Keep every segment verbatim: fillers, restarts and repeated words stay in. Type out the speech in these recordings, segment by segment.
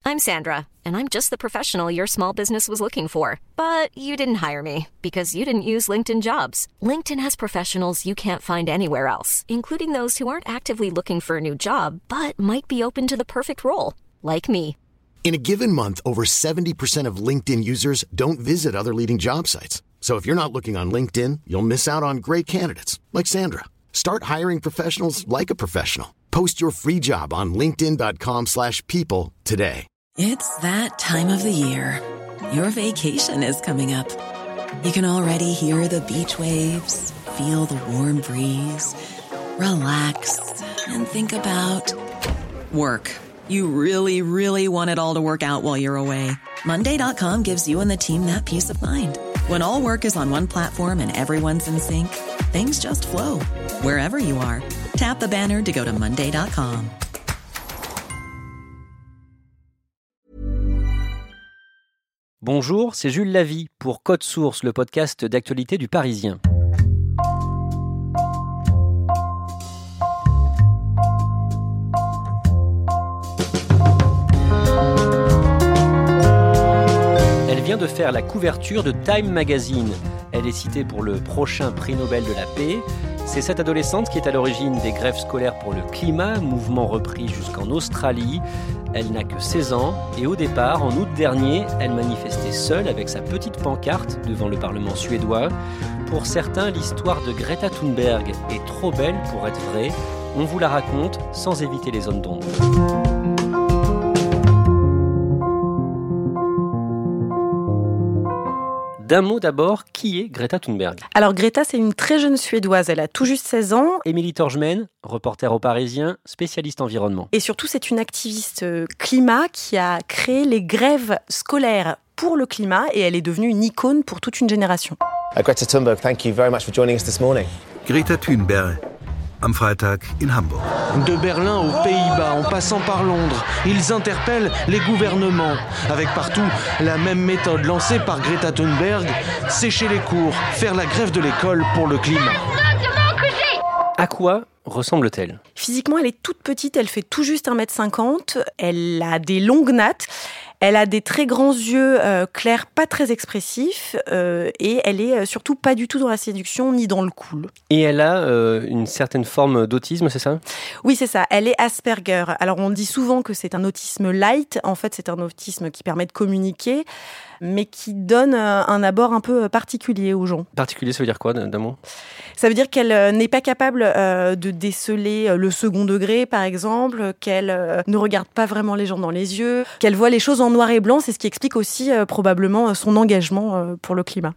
I'm Sandra, and I'm just the professional your small business was looking for. But you didn't hire me because you didn't use LinkedIn Jobs. LinkedIn has professionals you can't find anywhere else, including those who aren't actively looking for a new job, but might be open to the perfect role, like me. In a given month, over seventy percent of LinkedIn users don't visit other leading job sites. So if you're not looking on LinkedIn, you'll miss out on great candidates like Sandra. Start hiring professionals like a professional. Post your free job on linkedin.com slash people today. It's that time of the year. Your vacation is coming up. You can already hear the beach waves, feel the warm breeze, relax, and think about work. You really, really want it all to work out while you're away. Monday dot com gives you and the team that peace of mind. When all work is on one platform and everyone's in sync, things just flow. Wherever you are, tap the banner to go to monday dot com. Bonjour, c'est Jules Lavie pour Code Source, le podcast d'actualité du Parisien. Elle vient de faire la couverture de Time Magazine. Elle est citée pour le prochain prix Nobel de la paix. C'est cette adolescente qui est à l'origine des grèves scolaires pour le climat, mouvement repris jusqu'en Australie. Elle n'a que seize ans et au départ, en août dernier, elle manifestait seule avec sa petite pancarte devant le Parlement suédois. Pour certains, l'histoire de Greta Thunberg est trop belle pour être vraie. On vous la raconte sans éviter les zones d'ombre. D'un mot d'abord, qui est Greta Thunberg ? Alors Greta, c'est une très jeune Suédoise, elle a tout juste seize ans. Émilie Torgemène, reporter au Parisien, spécialiste environnement. Et surtout, c'est une activiste climat qui a créé les grèves scolaires pour le climat et elle est devenue une icône pour toute une génération. Uh, Greta Thunberg, thank you very much for joining us this morning. Greta Thunberg. Am Freitag in Hamburg. De Berlin aux Pays-Bas, en passant par Londres, ils interpellent les gouvernements. Avec partout la même méthode lancée par Greta Thunberg, sécher les cours, faire la grève de l'école pour le climat. À quoi ressemble-t-elle ? Physiquement, elle est toute petite, elle fait tout juste un mètre cinquante, elle a des longues nattes. Elle a des très grands yeux euh, clairs, pas très expressifs, euh, et elle est surtout pas du tout dans la séduction ni dans le cool. Et elle a euh, une certaine forme d'autisme, c'est ça ? Oui, c'est ça. Elle est Asperger. Alors, on dit souvent que c'est un autisme light. En fait, c'est un autisme qui permet de communiquer, mais qui donne un abord un peu particulier aux gens. Particulier, ça veut dire quoi, d'un mot ? Ça veut dire qu'elle n'est pas capable euh, de déceler le second degré, par exemple, qu'elle euh, ne regarde pas vraiment les gens dans les yeux, qu'elle voit les choses en noir et blanc. C'est ce qui explique aussi euh, probablement son engagement euh, pour le climat.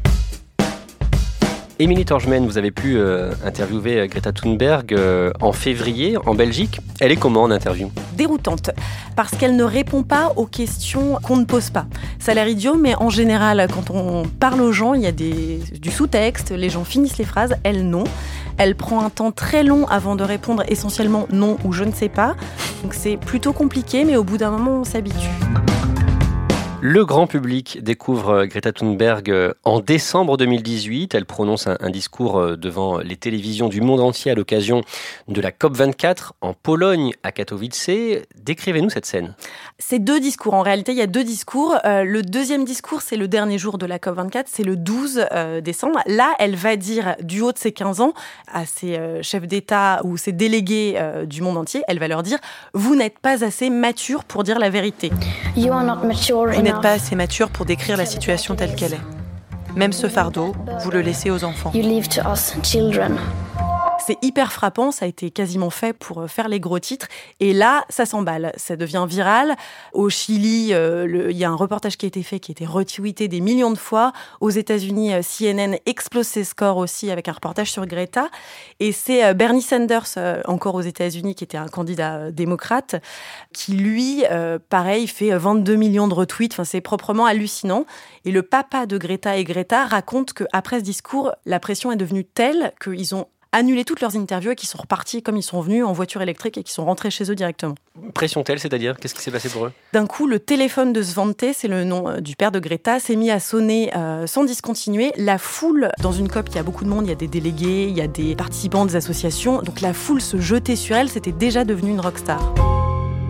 Émilie Torgemène, vous avez pu euh, interviewer Greta Thunberg euh, en février en Belgique. Elle est comment en interview ? Déroutante, parce qu'elle ne répond pas aux questions qu'on ne pose pas. Ça a l'air idiot, mais en général, quand on parle aux gens, il y a des, du sous-texte, les gens finissent les phrases, elle non. Elle prend un temps très long avant de répondre essentiellement non ou je ne sais pas. Donc c'est plutôt compliqué, mais au bout d'un moment, on s'habitue. Le grand public découvre Greta Thunberg en décembre deux mille dix-huit. Elle prononce un, un discours devant les télévisions du monde entier à l'occasion de la COP vingt-quatre en Pologne, à Katowice. Décrivez-nous cette scène. C'est deux discours. En réalité, il y a deux discours. Euh, le deuxième discours, c'est le dernier jour de la COP vingt-quatre. C'est le douze euh, décembre. Là, elle va dire du haut de ses quinze ans à ses euh, chefs d'État ou ses délégués euh, du monde entier. Elle va leur dire « Vous n'êtes pas assez mature pour dire la vérité. » You are not mature Vous n'êtes pas assez mature pour décrire la situation telle qu'elle est. Même ce fardeau, vous le laissez aux enfants. You leave to us, children. C'est hyper frappant, ça a été quasiment fait pour faire les gros titres. Et là, ça s'emballe, ça devient viral. Au Chili, euh, le, il y a un reportage qui a été fait, qui a été retweeté des millions de fois. Aux États-Unis, C N N explose ses scores aussi avec un reportage sur Greta. Et c'est euh, Bernie Sanders, euh, encore aux États-Unis, qui était un candidat euh, démocrate, qui lui, euh, pareil, fait vingt-deux millions de retweets. Enfin, c'est proprement hallucinant. Et le papa de Greta et Greta raconte qu'après ce discours, la pression est devenue telle qu'ils ont annulé toutes leurs interviews et qui sont repartis comme ils sont venus en voiture électrique et qui sont rentrés chez eux directement. Pression telle, c'est-à-dire ? Qu'est-ce qui s'est passé pour eux ? D'un coup, le téléphone de Svante, c'est le nom euh, du père de Greta, s'est mis à sonner euh, sans discontinuer. La foule, dans une COP, il y a beaucoup de monde, il y a des délégués, il y a des participants des associations. Donc la foule se jetait sur elle, c'était déjà devenu une rockstar.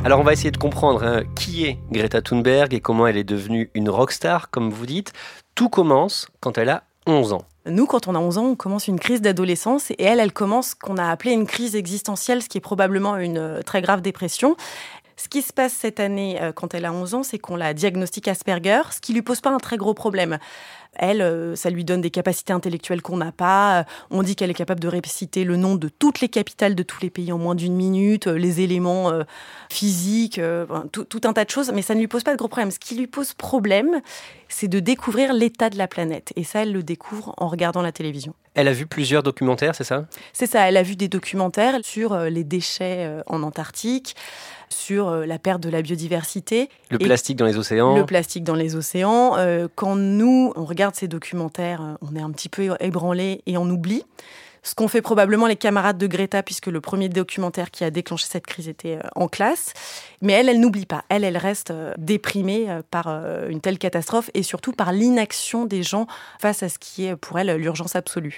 Alors on va essayer de comprendre hein, qui est Greta Thunberg et comment elle est devenue une rockstar, comme vous dites. Tout commence quand elle a onze ans. Nous, quand on a onze ans, on commence une crise d'adolescence et elle, elle commence ce qu'on a appelé une crise existentielle, ce qui est probablement une très grave dépression. Ce qui se passe cette année, quand elle a onze ans, c'est qu'on la diagnostique Asperger, ce qui lui pose pas un très gros problème. Elle, ça lui donne des capacités intellectuelles qu'on n'a pas. On dit qu'elle est capable de réciter le nom de toutes les capitales de tous les pays en moins d'une minute, les éléments euh, physiques, euh, tout, tout un tas de choses. Mais ça ne lui pose pas de gros problème. Ce qui lui pose problème, c'est de découvrir l'état de la planète. Et ça, elle le découvre en regardant la télévision. Elle a vu plusieurs documentaires, c'est ça ? C'est ça, elle a vu des documentaires sur les déchets en Antarctique, sur la perte de la biodiversité. Le plastique dans les océans. Le plastique dans les océans. Euh, quand nous, on regarde ces documentaires, on est un petit peu ébranlé et on oublie. Ce qu'ont fait probablement les camarades de Greta, puisque le premier documentaire qui a déclenché cette crise était en classe. Mais elle, elle n'oublie pas. Elle, elle reste déprimée par une telle catastrophe et surtout par l'inaction des gens face à ce qui est pour elle l'urgence absolue.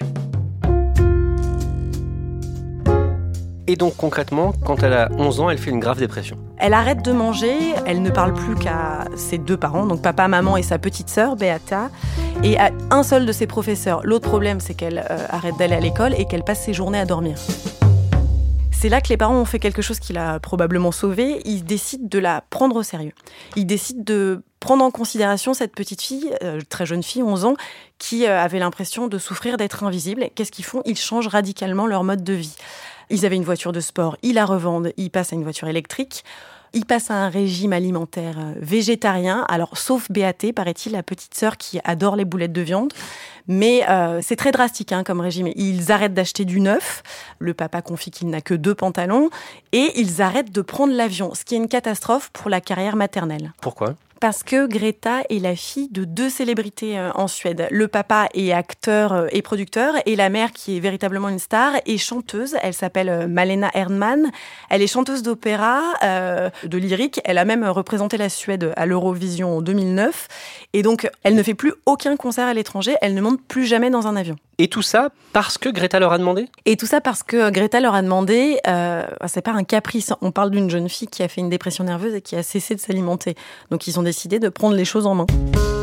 Et donc concrètement, quand elle a onze ans, elle fait une grave dépression. Elle arrête de manger, elle ne parle plus qu'à ses deux parents, donc papa, maman et sa petite sœur, Beata, et à un seul de ses professeurs. L'autre problème, c'est qu'elle euh, arrête d'aller à l'école et qu'elle passe ses journées à dormir. C'est là que les parents ont fait quelque chose qui l'a probablement sauvée. Ils décident de la prendre au sérieux. Ils décident de prendre en considération cette petite fille, euh, très jeune fille, onze ans, qui euh, avait l'impression de souffrir, d'être invisible. Qu'est-ce qu'ils font ? Ils changent radicalement leur mode de vie. Ils avaient une voiture de sport, ils la revendent, ils passent à une voiture électrique. Ils passent à un régime alimentaire végétarien, alors sauf Béaté, paraît-il, la petite sœur qui adore les boulettes de viande. Mais euh, c'est très drastique hein, comme régime. Ils arrêtent d'acheter du neuf, le papa confie qu'il n'a que deux pantalons, et ils arrêtent de prendre l'avion, ce qui est une catastrophe pour la carrière maternelle. Pourquoi ? Parce que Greta est la fille de deux célébrités en Suède. Le papa est acteur et producteur, et la mère, qui est véritablement une star, est chanteuse. Elle s'appelle Malena Erdman. Elle est chanteuse d'opéra, euh, de lyrique. Elle a même représenté la Suède à l'Eurovision en deux mille neuf. Et donc, elle ne fait plus aucun concert à l'étranger. Elle ne monte plus jamais dans un avion. Et tout ça parce que Greta leur a demandé ? Et tout ça parce que Greta leur a demandé, euh, c'est pas un caprice, on parle d'une jeune fille qui a fait une dépression nerveuse et qui a cessé de s'alimenter. Donc ils ont décidé de prendre les choses en main.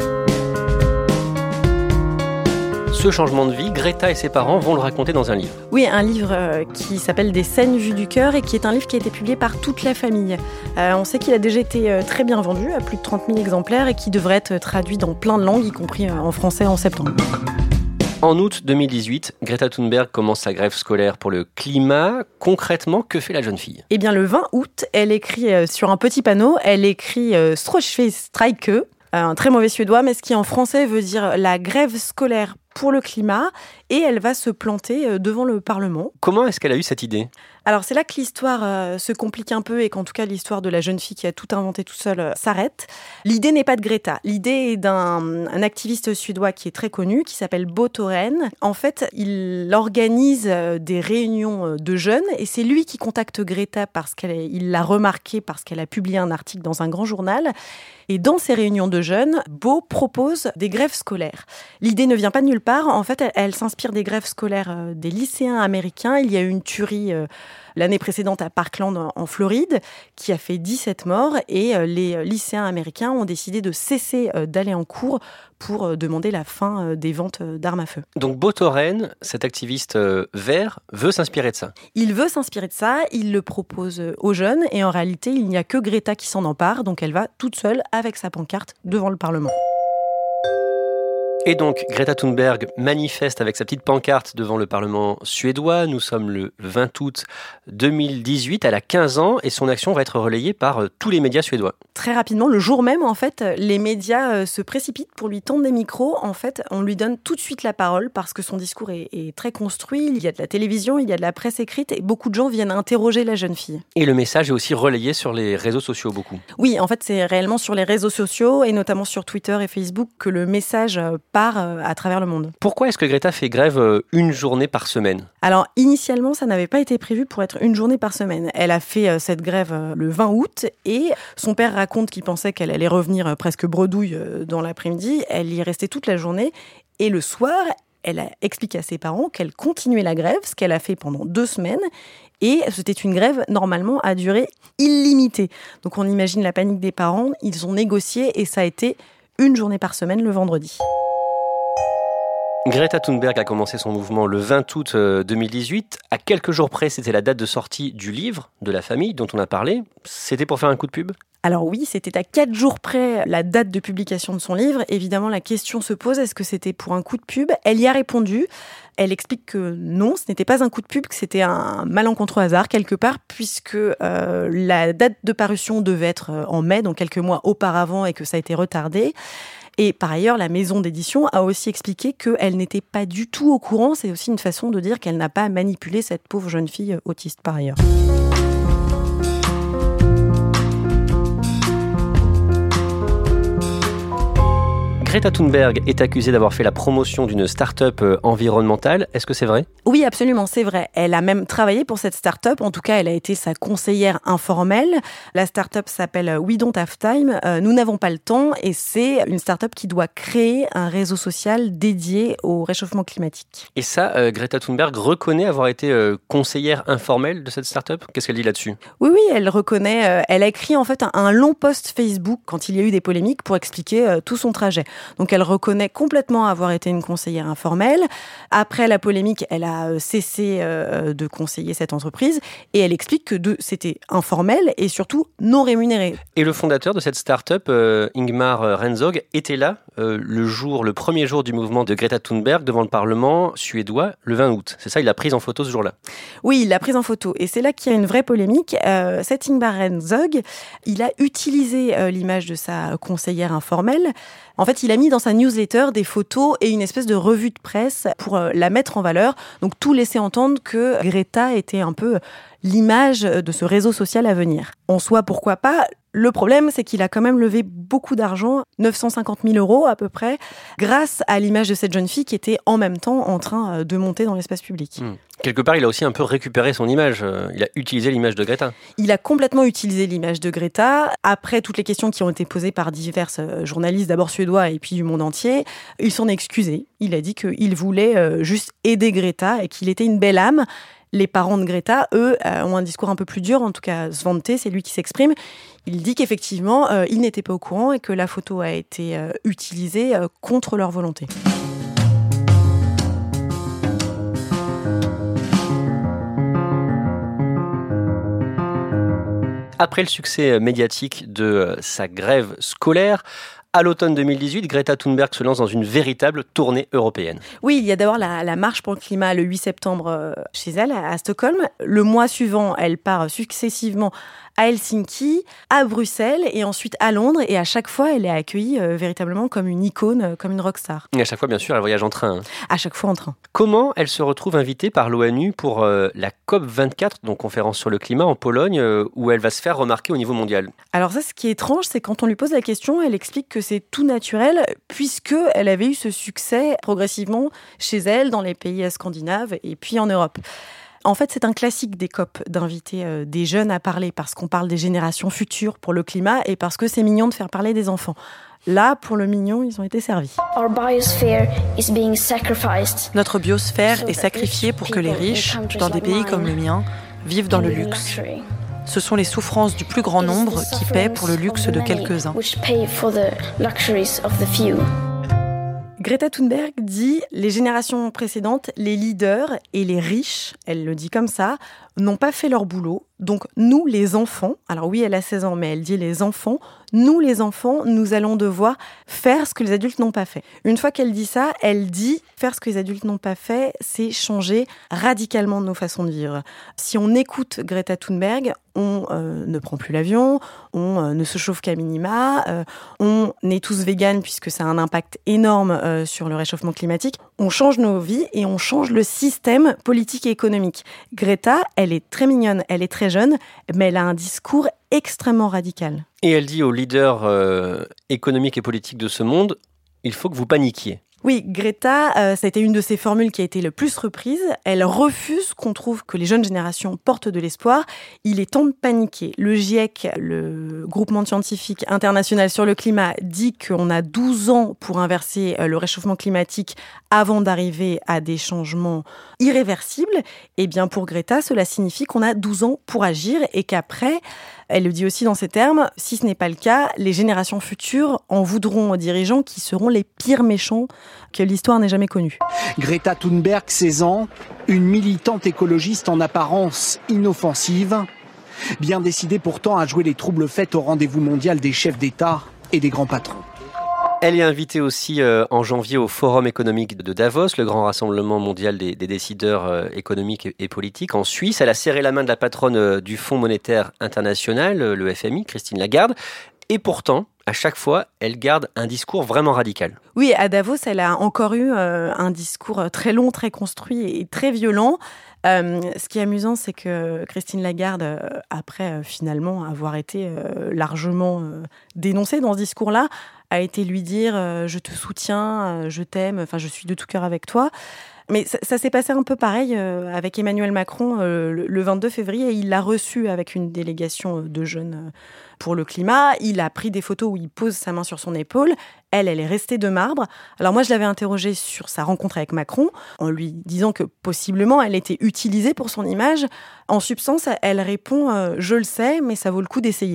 Ce changement de vie, Greta et ses parents vont le raconter dans un livre. Oui, un livre euh, qui s'appelle Des scènes vues du cœur et qui est un livre qui a été publié par toute la famille. Euh, on sait qu'il a déjà été euh, très bien vendu, à plus de trente mille exemplaires, et qui devrait être traduit dans plein de langues, y compris euh, en français en septembre. En août deux mille dix-huit, Greta Thunberg commence sa grève scolaire pour le climat. Concrètement, que fait la jeune fille ? Eh bien, le vingt août, elle écrit euh, sur un petit panneau, elle écrit euh, « Strålsvestrejke », un très mauvais suédois, mais ce qui en français veut dire la grève scolaire pour le climat, et elle va se planter devant le Parlement. Comment est-ce qu'elle a eu cette idée ? Alors c'est là que l'histoire euh, se complique un peu et qu'en tout cas l'histoire de la jeune fille qui a tout inventé tout seul euh, s'arrête. L'idée n'est pas de Greta. L'idée est d'un un activiste suédois qui est très connu, qui s'appelle Bo Thorén. En fait, il organise euh, des réunions de jeunes et c'est lui qui contacte Greta parce qu'il l'a remarqué, parce qu'elle a publié un article dans un grand journal. Et dans ces réunions de jeunes, Bo propose des grèves scolaires. L'idée ne vient pas de nulle part. En fait, elle, elle s'inspire des grèves scolaires euh, des lycéens américains. Il y a eu une tuerie euh, l'année précédente à Parkland, en, en Floride, qui a fait dix-sept morts. Et euh, les lycéens américains ont décidé de cesser euh, d'aller en cours pour euh, demander la fin euh, des ventes euh, d'armes à feu. Donc Bo Thorén, cet activiste euh, vert, veut s'inspirer de ça. Il veut s'inspirer de ça, il le propose aux jeunes. Et en réalité, il n'y a que Greta qui s'en empare. Donc elle va toute seule avec sa pancarte devant le Parlement. Et donc, Greta Thunberg manifeste avec sa petite pancarte devant le Parlement suédois. Nous sommes le vingt août deux mille dix-huit, elle a quinze ans et son action va être relayée par tous les médias suédois. Très rapidement, le jour même, en fait, les médias se précipitent pour lui tendre des micros. En fait, on lui donne tout de suite la parole parce que son discours est, est très construit. Il y a de la télévision, il y a de la presse écrite et beaucoup de gens viennent interroger la jeune fille. Et le message est aussi relayé sur les réseaux sociaux, beaucoup. Oui, en fait, c'est réellement sur les réseaux sociaux et notamment sur Twitter et Facebook que le message part à travers le monde. Pourquoi est-ce que Greta fait grève une journée par semaine ? Alors, initialement, ça n'avait pas été prévu pour être une journée par semaine. Elle a fait cette grève le vingt août et son père raconte qu'il pensait qu'elle allait revenir presque bredouille dans l'après-midi. Elle y est restée toute la journée et le soir, Elle a expliqué à ses parents qu'elle continuait la grève, ce qu'elle a fait pendant deux semaines. Et c'était une grève, normalement, à durée illimitée. Donc on imagine la panique des parents. Ils ont négocié et ça a été une journée par semaine le vendredi. Greta Thunberg a commencé son mouvement le vingt août deux mille dix-huit. À quelques jours près, c'était la date de sortie du livre de la famille dont on a parlé. C'était pour faire un coup de pub ? Alors oui, c'était à quatre jours près la date de publication de son livre. Évidemment, la question se pose, est-ce que c'était pour un coup de pub ? Elle y a répondu. Elle explique que non, ce n'était pas un coup de pub, que c'était un malencontreux hasard quelque part, puisque euh, la date de parution devait être en mai, donc quelques mois auparavant, et que ça a été retardé. Et par ailleurs, la maison d'édition a aussi expliqué qu'elle n'était pas du tout au courant. C'est aussi une façon de dire qu'elle n'a pas manipulé cette pauvre jeune fille autiste par ailleurs. Greta Thunberg est accusée d'avoir fait la promotion d'une start-up environnementale. Est-ce que c'est vrai ? Oui, absolument, c'est vrai. Elle a même travaillé pour cette start-up. En tout cas, elle a été sa conseillère informelle. La start-up s'appelle We Don't Have Time. Euh, nous n'avons pas le temps. Et c'est une start-up qui doit créer un réseau social dédié au réchauffement climatique. Et ça, euh, Greta Thunberg reconnaît avoir été euh, conseillère informelle de cette start-up ? Qu'est-ce qu'elle dit là-dessus ? Oui, oui, elle reconnaît. Euh, elle a écrit en fait un, un long post Facebook quand il y a eu des polémiques pour expliquer euh, tout son trajet. Donc elle reconnaît complètement avoir été une conseillère informelle. Après la polémique, elle a cessé euh, de conseiller cette entreprise et elle explique que de, c'était informel et surtout non rémunéré. Et le fondateur de cette start-up, euh, Ingmar Rentzhog, était là euh, le jour, le premier jour du mouvement de Greta Thunberg devant le Parlement suédois le vingt août. C'est ça, il l'a prise en photo ce jour-là. Oui, il l'a prise en photo et c'est là qu'il y a une vraie polémique. Euh, cet Ingmar Rentzhog, il a utilisé euh, l'image de sa conseillère informelle. En fait, il a mis dans sa newsletter des photos et une espèce de revue de presse pour euh, la mettre en valeur. Donc tout laissait entendre que Greta était un peu l'image de ce réseau social à venir. En soi, pourquoi pas ? Le problème, c'est qu'il a quand même levé beaucoup d'argent, neuf cent cinquante mille euros à peu près, grâce à l'image de cette jeune fille qui était en même temps en train de monter dans l'espace public. Mmh. Quelque part, il a aussi un peu récupéré son image. Il a utilisé l'image de Greta. Il a complètement utilisé l'image de Greta. Après toutes les questions qui ont été posées par divers journalistes, d'abord suédois et puis du monde entier, il s'en est excusé. Il a dit qu'il voulait juste aider Greta et qu'il était une belle âme. Les parents de Greta, eux, ont un discours un peu plus dur, en tout cas Svante, c'est lui qui s'exprime. Il dit qu'effectivement, euh, ils n'étaient pas au courant et que la photo a été euh, utilisée euh, contre leur volonté. Après le succès médiatique de sa grève scolaire, à l'automne deux mille dix-huit, Greta Thunberg se lance dans une véritable tournée européenne. Oui, il y a d'abord la, la marche pour le climat le huit septembre euh, chez elle, à, à Stockholm. Le mois suivant, elle part successivement à Helsinki, à Bruxelles et ensuite à Londres. Et à chaque fois, elle est accueillie euh, véritablement comme une icône, euh, comme une rockstar. Et à chaque fois, bien sûr, elle voyage en train. Hein. À chaque fois en train. Comment elle se retrouve invitée par l'ONU pour euh, la COP vingt-quatre, donc conférence sur le climat en Pologne, euh, où elle va se faire remarquer au niveau mondial ? Alors ça, ce qui est étrange, c'est quand on lui pose la question, elle explique que c'est tout naturel, puisqu'elle avait eu ce succès progressivement chez elle, dans les pays scandinaves et puis en Europe. En fait, c'est un classique des COP d'inviter euh, des jeunes à parler parce qu'on parle des générations futures pour le climat et parce que c'est mignon de faire parler des enfants. Là, pour le mignon, ils ont été servis. Our biosphere is being sacrificed. Notre biosphère est sacrifiée pour que les riches, dans des pays comme le mien, vivent dans le luxe. Ce sont les souffrances du plus grand nombre qui paient pour le luxe de quelques-uns. Greta Thunberg dit « Les générations précédentes, les leaders et les riches, elle le dit comme ça, n'ont pas fait leur boulot. Donc nous, les enfants, alors oui, elle a seize ans, mais elle dit les enfants, nous, les enfants, nous allons devoir faire ce que les adultes n'ont pas fait. » Une fois qu'elle dit ça, elle dit « Faire ce que les adultes n'ont pas fait, c'est changer radicalement nos façons de vivre. » Si on écoute Greta Thunberg, on euh, ne prend plus l'avion, on euh, ne se chauffe qu'à minima, euh, on est tous véganes puisque ça a un impact énorme euh, sur le réchauffement climatique. On change nos vies et on change le système politique et économique. Greta, elle est très mignonne, elle est très jeune, mais elle a un discours extrêmement radical. Et elle dit aux leaders euh, économiques et politiques de ce monde, il faut que vous paniquiez. Oui, Greta, euh, ça a été une de ses formules qui a été le plus reprise. Elle refuse qu'on trouve que les jeunes générations portent de l'espoir. Il est temps de paniquer. Le GIEC, le groupement scientifique international sur le climat, dit qu'on a douze ans pour inverser le réchauffement climatique avant d'arriver à des changements irréversibles. Eh bien, pour Greta, cela signifie qu'on a douze ans pour agir et qu'après, elle le dit aussi dans ces termes, si ce n'est pas le cas, les générations futures en voudront aux dirigeants qui seront les pires méchants que l'histoire n'ait jamais connus. Greta Thunberg, seize ans, une militante écologiste en apparence inoffensive, bien décidée pourtant à jouer les troubles faits au rendez-vous mondial des chefs d'État et des grands patrons. Elle est invitée aussi euh, en janvier au Forum économique de Davos, le grand rassemblement mondial des, des décideurs euh, économiques et, et politiques en Suisse. Elle a serré la main de la patronne euh, du Fonds monétaire international, euh, le F M I, Christine Lagarde. Et pourtant, à chaque fois, elle garde un discours vraiment radical. Oui, à Davos, elle a encore eu euh, un discours très long, très construit et très violent. Euh, ce qui est amusant, c'est que Christine Lagarde, euh, après euh, finalement avoir été euh, largement euh, dénoncée dans ce discours-là, a été lui dire euh, « je te soutiens, euh, je t'aime, enfin je suis de tout cœur avec toi ». Mais ça, ça s'est passé un peu pareil euh, avec Emmanuel Macron euh, le, le vingt-deux février. Il l'a reçu avec une délégation de jeunes euh, pour le climat. Il a pris des photos où il pose sa main sur son épaule. Elle, elle est restée de marbre. Alors moi, je l'avais interrogée sur sa rencontre avec Macron en lui disant que possiblement, elle était utilisée pour son image. En substance, elle répond euh, « je le sais, mais ça vaut le coup d'essayer ».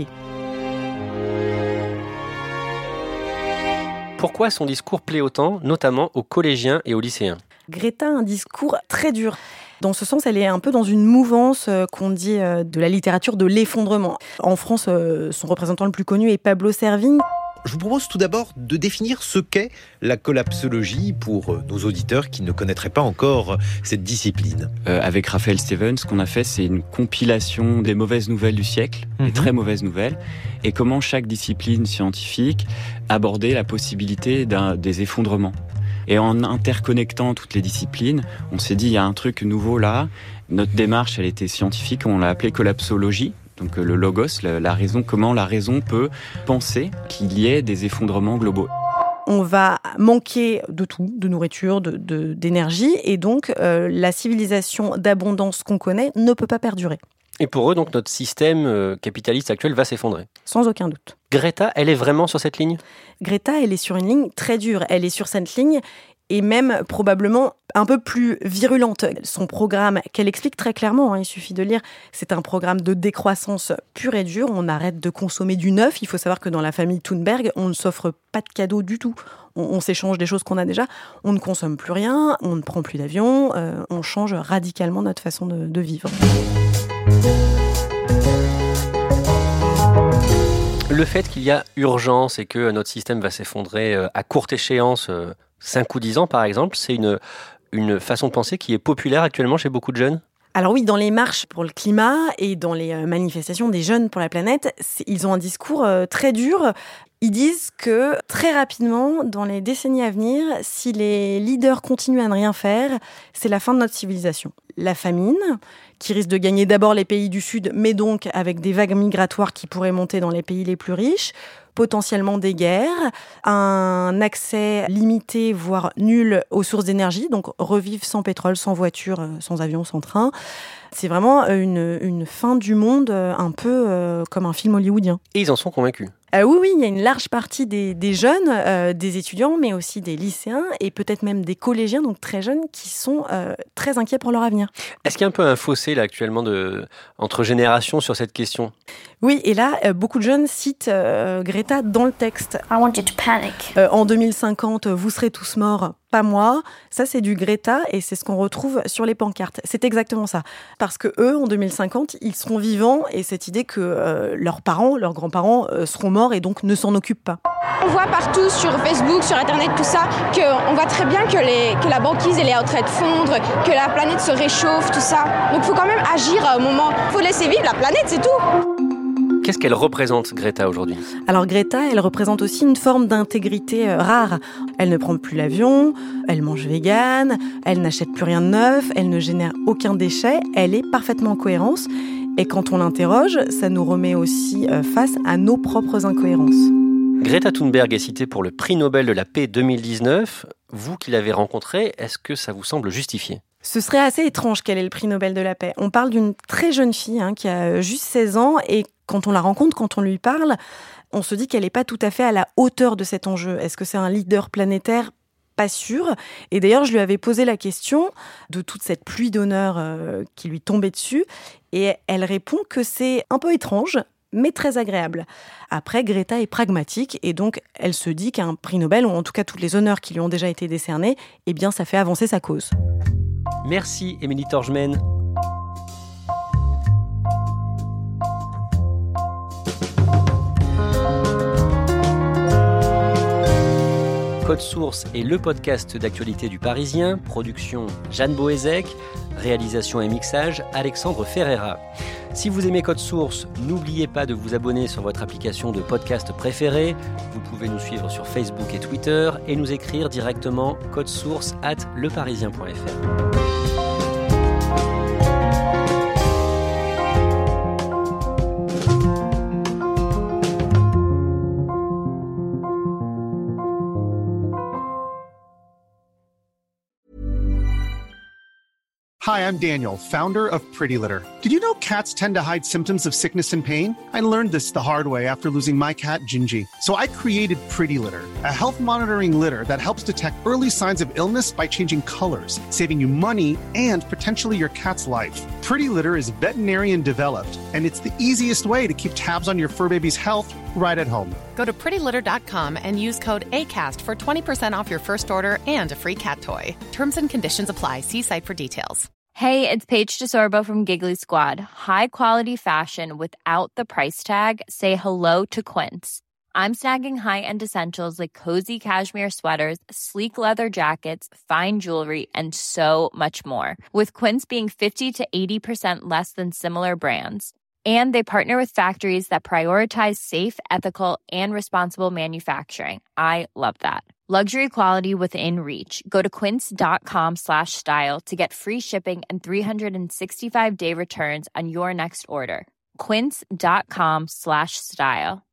Pourquoi son discours plaît autant, notamment aux collégiens et aux lycéens ? Greta a un discours très dur. Dans ce sens, elle est un peu dans une mouvance euh, qu'on dit euh, de la littérature de l'effondrement. En France, euh, son représentant le plus connu est Pablo Servigne. Je vous propose tout d'abord de définir ce qu'est la collapsologie pour nos auditeurs qui ne connaîtraient pas encore cette discipline. Euh, avec Raphaël Stevens, ce qu'on a fait, c'est une compilation des mauvaises nouvelles du siècle, mmh. des très mauvaises nouvelles, et comment chaque discipline scientifique abordait la possibilité d'un, des effondrements. Et en interconnectant toutes les disciplines, on s'est dit, il y a un truc nouveau là. Notre démarche, elle était scientifique, on l'a appelée collapsologie. Donc le logos, la raison, comment la raison peut penser qu'il y ait des effondrements globaux. On va manquer de tout, de nourriture, de, de, d'énergie, et donc euh, la civilisation d'abondance qu'on connaît ne peut pas perdurer. Et pour eux, donc, notre système euh, capitaliste actuel va s'effondrer. Sans aucun doute. Greta, elle est vraiment sur cette ligne ? Greta, elle est sur une ligne très dure. Elle est sur cette ligne et même probablement un peu plus virulente. Son programme, qu'elle explique très clairement, hein, il suffit de lire, c'est un programme de décroissance pure et dure. On arrête de consommer du neuf. Il faut savoir que dans la famille Thunberg, on ne s'offre pas de cadeaux du tout. On, on s'échange des choses qu'on a déjà. On ne consomme plus rien, on ne prend plus d'avion, euh, on change radicalement notre façon de, de vivre. Le fait qu'il y a urgence et que notre système va s'effondrer à courte échéance, cinq ou dix ans par exemple, c'est une, une façon de penser qui est populaire actuellement chez beaucoup de jeunes ? Alors oui, dans les marches pour le climat et dans les manifestations des jeunes pour la planète, ils ont un discours très dur. Ils disent que très rapidement, dans les décennies à venir, si les leaders continuent à ne rien faire, c'est la fin de notre civilisation. La famine, qui risque de gagner d'abord les pays du Sud, mais donc avec des vagues migratoires qui pourraient monter dans les pays les plus riches, potentiellement des guerres, un accès limité, voire nul aux sources d'énergie, donc revivre sans pétrole, sans voiture, sans avion, sans train. C'est vraiment une, une fin du monde un peu euh, comme un film hollywoodien. Et ils en sont convaincus ? Euh, oui, oui, il y a une large partie des, des jeunes, euh, des étudiants, mais aussi des lycéens et peut-être même des collégiens, donc très jeunes, qui sont euh, très inquiets pour leur avenir. Est-ce qu'il y a un peu un fossé là actuellement de, entre générations sur cette question ? Oui, et là, euh, beaucoup de jeunes citent euh, Greta dans le texte. I want you to panic. Euh, en deux mille cinquante, vous serez tous morts, pas moi. Ça, c'est du Greta et c'est ce qu'on retrouve sur les pancartes. C'est exactement ça. Parce que eux, en deux mille cinquante, ils seront vivants et cette idée que euh, leurs parents, leurs grands-parents euh, seront morts et donc ne s'en occupent pas. On voit partout sur Facebook, sur Internet, tout ça, qu'on voit très bien que, les, que la banquise elle est en train de fondre, que la planète se réchauffe, tout ça. Donc il faut quand même agir à un moment. Il faut laisser vivre la planète, c'est tout. Qu'est-ce qu'elle représente, Greta, aujourd'hui ? Alors Greta, elle représente aussi une forme d'intégrité euh, rare. Elle ne prend plus l'avion, elle mange vegan, elle n'achète plus rien de neuf, elle ne génère aucun déchet, elle est parfaitement en cohérence. Et quand on l'interroge, ça nous remet aussi euh, face à nos propres incohérences. Greta Thunberg est citée pour le prix Nobel de la paix deux mille dix-neuf. Vous qui l'avez rencontré, est-ce que ça vous semble justifié ? Ce serait assez étrange qu'elle ait le prix Nobel de la paix. On parle d'une très jeune fille hein, qui a juste seize ans et quand on la rencontre, quand on lui parle, on se dit qu'elle n'est pas tout à fait à la hauteur de cet enjeu. Est-ce que c'est un leader planétaire ? Pas sûr. Et d'ailleurs, je lui avais posé la question de toute cette pluie d'honneur euh, qui lui tombait dessus et elle répond que c'est un peu étrange, mais très agréable. Après, Greta est pragmatique et donc elle se dit qu'un prix Nobel, ou en tout cas tous les honneurs qui lui ont déjà été décernés, eh bien ça fait avancer sa cause. Merci Émilie Torgemen. Code Source est le podcast d'actualité du Parisien, production Jeanne Boézek, réalisation et mixage Alexandre Ferreira. Si vous aimez Code Source, n'oubliez pas de vous abonner sur votre application de podcast préférée. Vous pouvez nous suivre sur Facebook et Twitter et nous écrire directement codesource arobase leparisien point f r. Hi, I'm Daniel, founder of Pretty Litter. Did you know cats tend to hide symptoms of sickness and pain? I learned this the hard way after losing my cat, Gingy. So I created Pretty Litter, a health monitoring litter that helps detect early signs of illness by changing colors, saving you money and potentially your cat's life. Pretty Litter is veterinarian developed, and it's the easiest way to keep tabs on your fur baby's health right at home. Go to pretty litter dot com and use code ACAST for twenty percent off your first order and a free cat toy. Terms and conditions apply. See site for details. Hey, it's Paige DeSorbo from Giggly Squad. High quality fashion without the price tag. Say hello to Quince. I'm snagging high-end essentials like cozy cashmere sweaters, sleek leather jackets, fine jewelry, and so much more. With Quince being fifty to eighty percent less than similar brands. And they partner with factories that prioritize safe, ethical, and responsible manufacturing. I love that. Luxury quality within reach. Go to quince.com slash style to get free shipping and three sixty-five day returns on your next order. Quince.com slash style.